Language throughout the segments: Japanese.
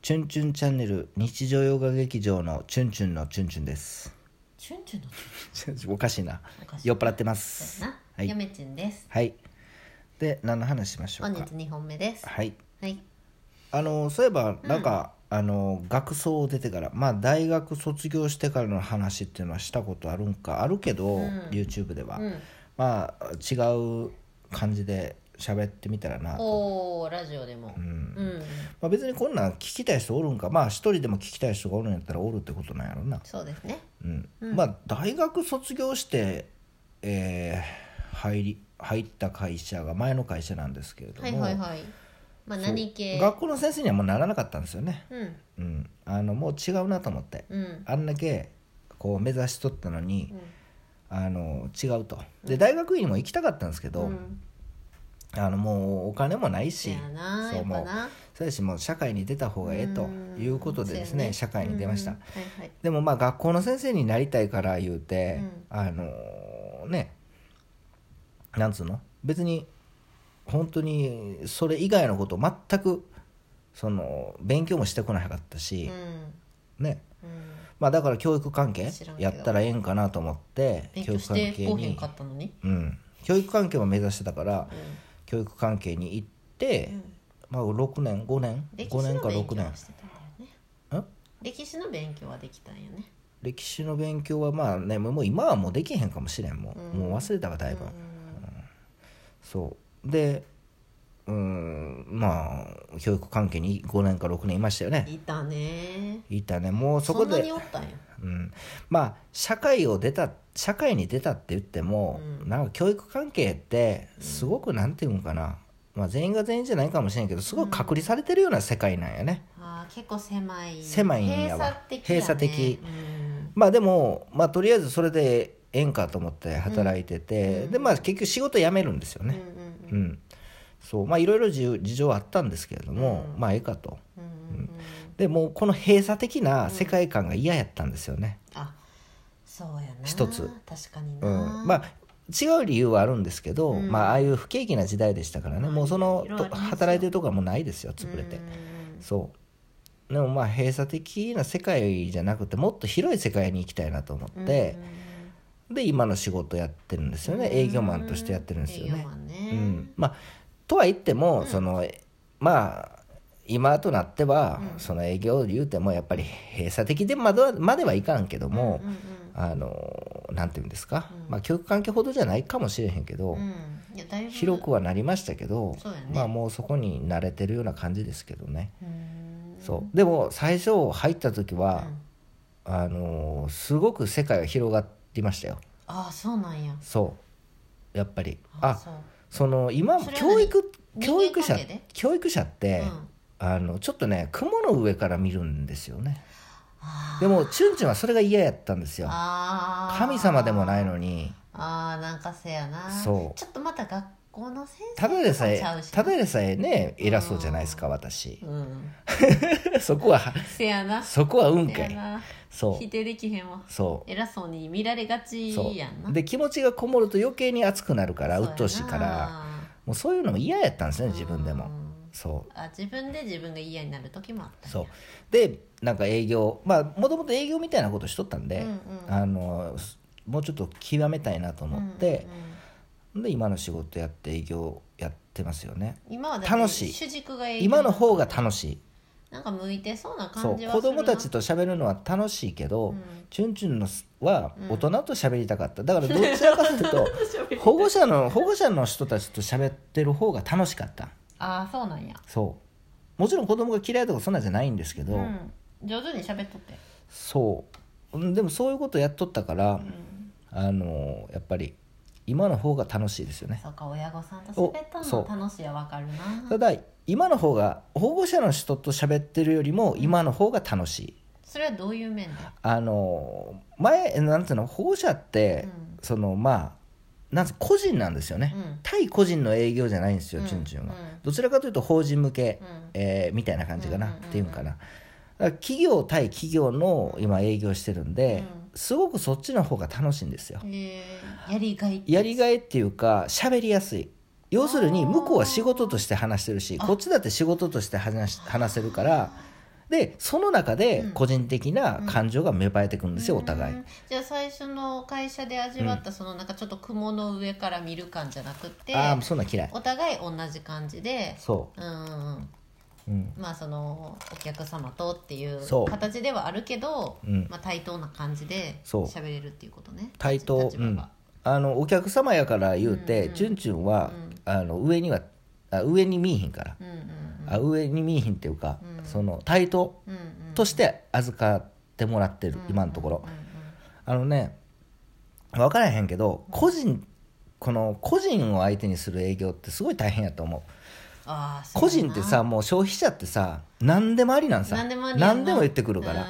チュンチュンチャンネル日常洋画劇場のチュンチュンのチュンチュンです。 チュンチュンのチュンおかしいな、酔っ払ってます。 そうやな、はい、やめちゅんです。 はい。で、何の話しましょうか。 本日2本目です。 はい、 はい、 そういえばなんか、学装を出てから、大学卒業してからの話っていうのはしたことあるんか、あるけど、YouTube では、違う感じで喋ってみたらなと。 ラジオでも、 別にこんなん聞きたい人おるんか、一人でも聞きたい人がおるんやったらおるってことなんやろな。 そうですね。 大学卒業して、入った会社が前の会社なんですけれども、 何系、 学校の先生にはもうならなかったんですよね。もう違うなと思って、あんだけこう目指しとったのに、違うと。で、大学院も行きたかったんですけど、もうお金もないし、そうやし、もう社会に出た方がええということでですね、社会に出ました。でも学校の先生になりたいから言うて、なんつうの、別に本当にそれ以外のことを全く勉強もしてこなかったし、だから教育関係やったらええんかなと思って、 教育関係に教育関係も目指してたから、教育関係に行って、5年か6年歴史の勉強はできたんやね。 歴史の勉強はもう今はもうできへんかもしれん。もう忘れたわだいぶ。そうで、教育関係に5年か6年いましたよね。 いたね。 もうそこでそんなにおったんや。 社会に出たって言っても、なんか教育関係ってすごくなんていうんかな、全員が全員じゃないかもしれんけど、すごい隔離されてるような世界なんやね。 結構狭いんやわ。 閉鎖的。 でもとりあえずそれでええんかと思って働いてて、で結局仕事辞めるんですよね。そういろいろ事情あったんですけれども、ええかと。でもうこの閉鎖的な世界観が嫌やったんですよね。 そうやな、 一つ。 確かにな。 違う理由はあるんですけど、ああいう不景気な時代でしたからね、もう働いてるとこはもうないですよ、潰れて。そうでも閉鎖的な世界じゃなくて、もっと広い世界に行きたいなと思って、で今の仕事やってるんですよね。営業マンとしてやってるんですよね。とは言っても、今となっては、その営業で言うてもやっぱり閉鎖的でまではいかんけども、なんていうんですか、教育関係ほどじゃないかもしれへんけど、広くはなりましたけど、もうそこに慣れてるような感じですけどね。そうでも最初入った時は、すごく世界が広がりましたよ。 そうなんや。 そうやっぱり今教育者って、ちょっとね、雲の上から見るんですよね。でもチュンチュンはそれが嫌やったんですよ。神様でもないのに。 なんかせやな。ちょっとまた学校の先生ただでさえね、偉そうじゃないですか、私。そこはせやな。 そこは運かい。 否定できへんわ。偉そうに見られがちやんな。 で、気持ちがこもると余計に熱くなるから、鬱陶しいから、もうそういうのも嫌やったんですね、自分でも。 自分で自分が嫌になる時もあった。 で、なんか営業、もともと営業みたいなことしとったんで、もうちょっと極めたいなと思って、で今の仕事やって営業やってますよね。楽しい。 主軸が営業。 今の方が楽しい。 なんか向いてそうな感じはするな。 子供たちと喋るのは楽しいけど、チュンチュンのは大人と喋りたかった。だからどちらかというと保護者の人たちと喋ってる方が楽しかった。 そうなんや。 もちろん子供が嫌いとかそんなんじゃないんですけど、 上手に喋っとって。 でもそういうことやっとったから、やっぱり今の方が楽しいですよね。 そうか、親御さんと喋ったの楽しいはわかるな。 ただ今の方が保護者の人と喋ってるよりも今の方が楽しい。 それはどういう面で？ なんていうの、保護者って、なんて個人なんですよね。対個人の営業じゃないんですよ、チュンチュンは。どちらかというと法人向け、みたいな感じかな、っていうんかな。だから企業対企業の今営業してるんで、すごくそっちの方が楽しいんですよ。 やりがいっていうか、喋りやすい。要するに向こうは仕事として話してるし、こっちだって仕事として話せるから、 でその中で個人的な感情が芽生えてくるんですよ、お互い。 じゃあ最初の会社で味わったそのなんかちょっと雲の上から見る感じゃなくて、 そんな嫌い。 お互い同じ感じで、 そうまあそのお客様とっていう形ではあるけど、まあ、対等な感じで喋れるっていうことね。 対等、お客様やから言うて、チュンチュンは、上に見えひんから、上に見えひんっていうか、その対等として預かってもらってる、今のところ。分からへんけど、個人を相手にする営業ってすごい大変やと思う。個人ってさ、もう消費者ってさ、何でもありなんさ、何でも言ってくるから、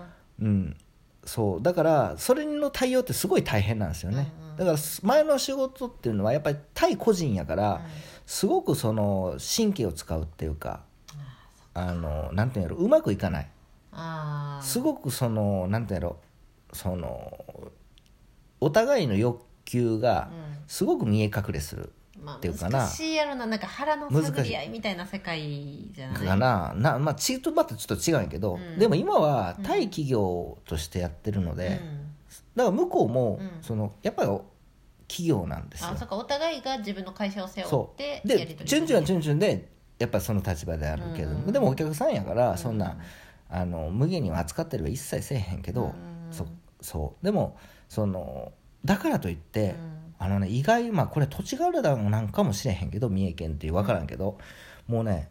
そうだからそれの対応ってすごい大変なんですよね。だから前の仕事っていうのはやっぱり対個人やから、すごくその神経を使うっていうか、なんていうんやろ、うまくいかない。すごくそのなんていうんやろ、そのお互いの欲求がすごく見え隠れするっていうかな、 難しいやろな、なんか腹の探り合いみたいな世界じゃないかな。まあちょっとまたちょっと違うんやけど、でも今は対企業としてやってるので、だから向こうもそのやっぱり企業なんですよ。 そうか、お互いが自分の会社を背負ってやり取りする。 チュンチュンはチュンチュンでやっぱりその立場であるけど、でもお客さんやからそんな無限には扱ってれば一切せえへんけど、そうでもそのだからといって、意外、まあこれ土地柄なんかもしれへんけど、三重県っていう分からんけど、もうね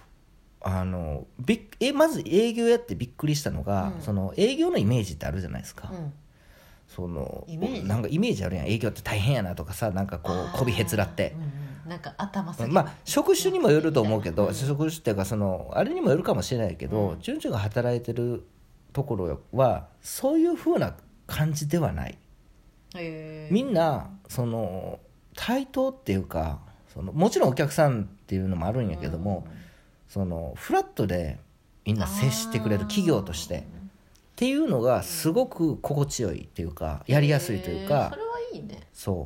まず営業やってびっくりしたのが、その営業のイメージってあるじゃないですか、そのなんかイメージあるやん、営業って大変やなとかさ、なんかこうこびへつらって、 なんか頭下げる、 まあ職種にもよると思うけど、職種っていうかそのあれにもよるかもしれないけど、チュンチュンが働いてるところはそういう風な感じではない。みんなその対等っていうか、そのもちろんお客さんっていうのもあるんやけども、そのフラットでみんな接してくれる企業としてっていうのがすごく心地よいっていうか、やりやすいというか、 それはいいね。 そう、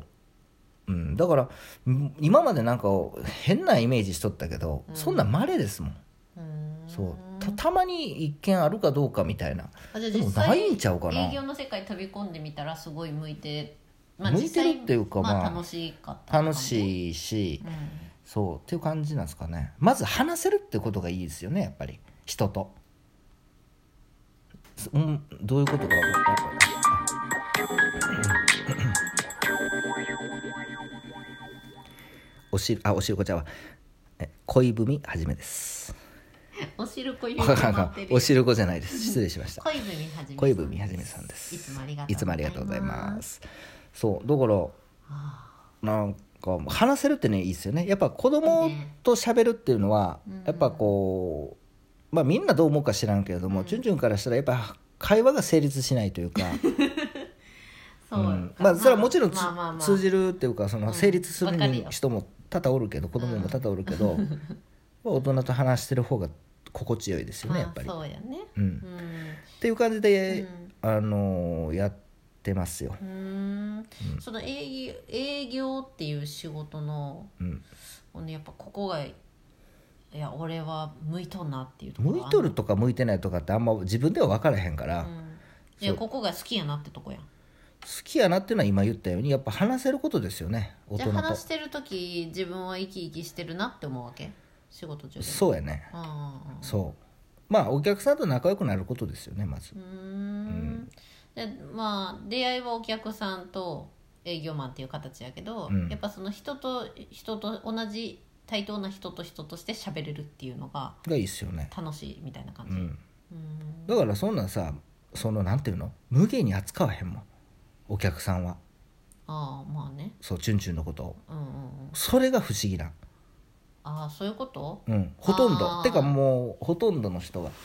だから今までなんか変なイメージしとったけど、そんな稀ですもん。そうたまに一見あるかどうかみたいな。でもないんちゃうかな。 営業の世界飛び込んでみたらすごい向いて、 向いてるっていうか、 楽しかった、 楽しいし、そうっていう感じなんですかね。まず話せるってことがいいですよね、やっぱり人と。どういうことか分かった。おしるこちゃんは恋文はじめです。 おしるこおしるこじゃないです、失礼しました。 恋文はじめさんです。 いつもありがとうございます。 そうだからなんか話せるってね、いいですよね。やっぱ子供と喋るっていうのは、やっぱこう、まあみんなどう思うか知らんけれども、チュンチュンからしたらやっぱ会話が成立しないというかまあそれはもちろん通じるっていうか、その成立する人も多々おるけど、子供も多々おるけど、大人と話してる方が心地よいですよね、やっぱり。 そうやね。 っていう感じでやってますよ。 その営業っていう仕事の、やっぱここがいや俺は向いとんなっていうところ。 向いとるとか向いてないとかってあんま自分では分からへんから、 いやここが好きやなってとこやん。 好きやなっていうのは今言ったようにやっぱ話せることですよね、大人と。 じゃあ話してる時自分は生き生きしてるなって思うわけ、仕事中で。 そうやね。そうまあお客さんと仲良くなることですよね、まず。 でまあ出会いはお客さんと営業マンっていう形やけど、やっぱその人と同じ対等な人と人として喋れるっていうのがいいっすよね。 楽しいみたいな感じ。 だからそんなんさ、そのなんていうの、無限に扱わへんもん、お客さんは。 まあね。 そうチュンチュンのことを、それが不思議な。 そういうこと。 ほとんどてかもうほとんどの人が、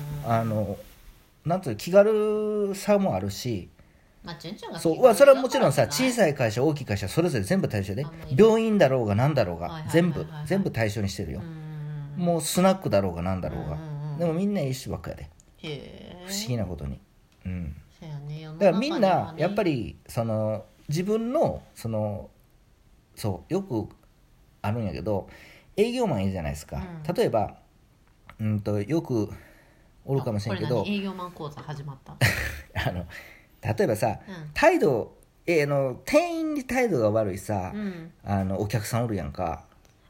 なんていう気軽さもあるし、 チュンチュンがそうそれはもちろんさ、小さい会社大きい会社それぞれ全部対象で、病院だろうが何だろうが全部対象にしてるよ。もうスナックだろうが何だろうが、でもみんな一緒ばっかやで、不思議なことに。だからみんなやっぱりその自分のそのそうよくあるんやけど、営業マンいるじゃないですか。例えばよくおるかもしれんけど、 これ営業マン講座始まった例えばさ、態度店員に態度が悪いさ、お客さんおるやんか。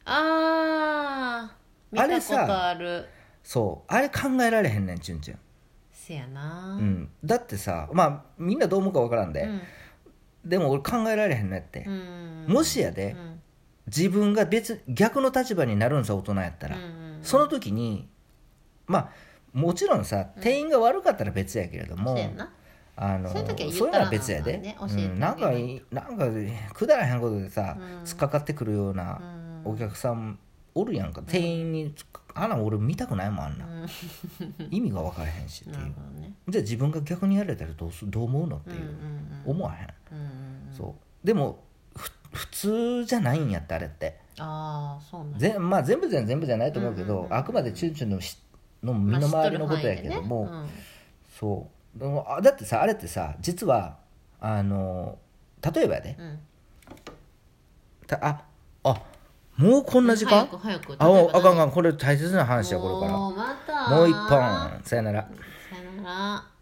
見たことある。 そうあれ考えられへんねん、チュンチュン。 せやな、 だってさ、まあみんなどう思うか分からんで、でも俺考えられへんのやって、もしやで、自分が逆の立場になるんさ、大人やったら、その時にまあもちろんさ、店員が悪かったら別やけれども、そういうのは別やで、なんかくだらへんことでさ、突っかかってくるようなお客さんおるやんか。店員に俺見たくないもん、あんな、意味が分からへんしっていう、じゃあ自分が逆にやられたらどう思うのっていう、思わへん、そうでも普通じゃないんやって、あれって。 そうなんまあ全部じゃないと思うけど、あくまでチュンチュンの身の回りのことやけども、そうだってさ、あれってさ、実は例えばやで、もうこんな時間？ 早くあかん、これ大切な話や、これから。 またもう一本。さよなら。 さよなら。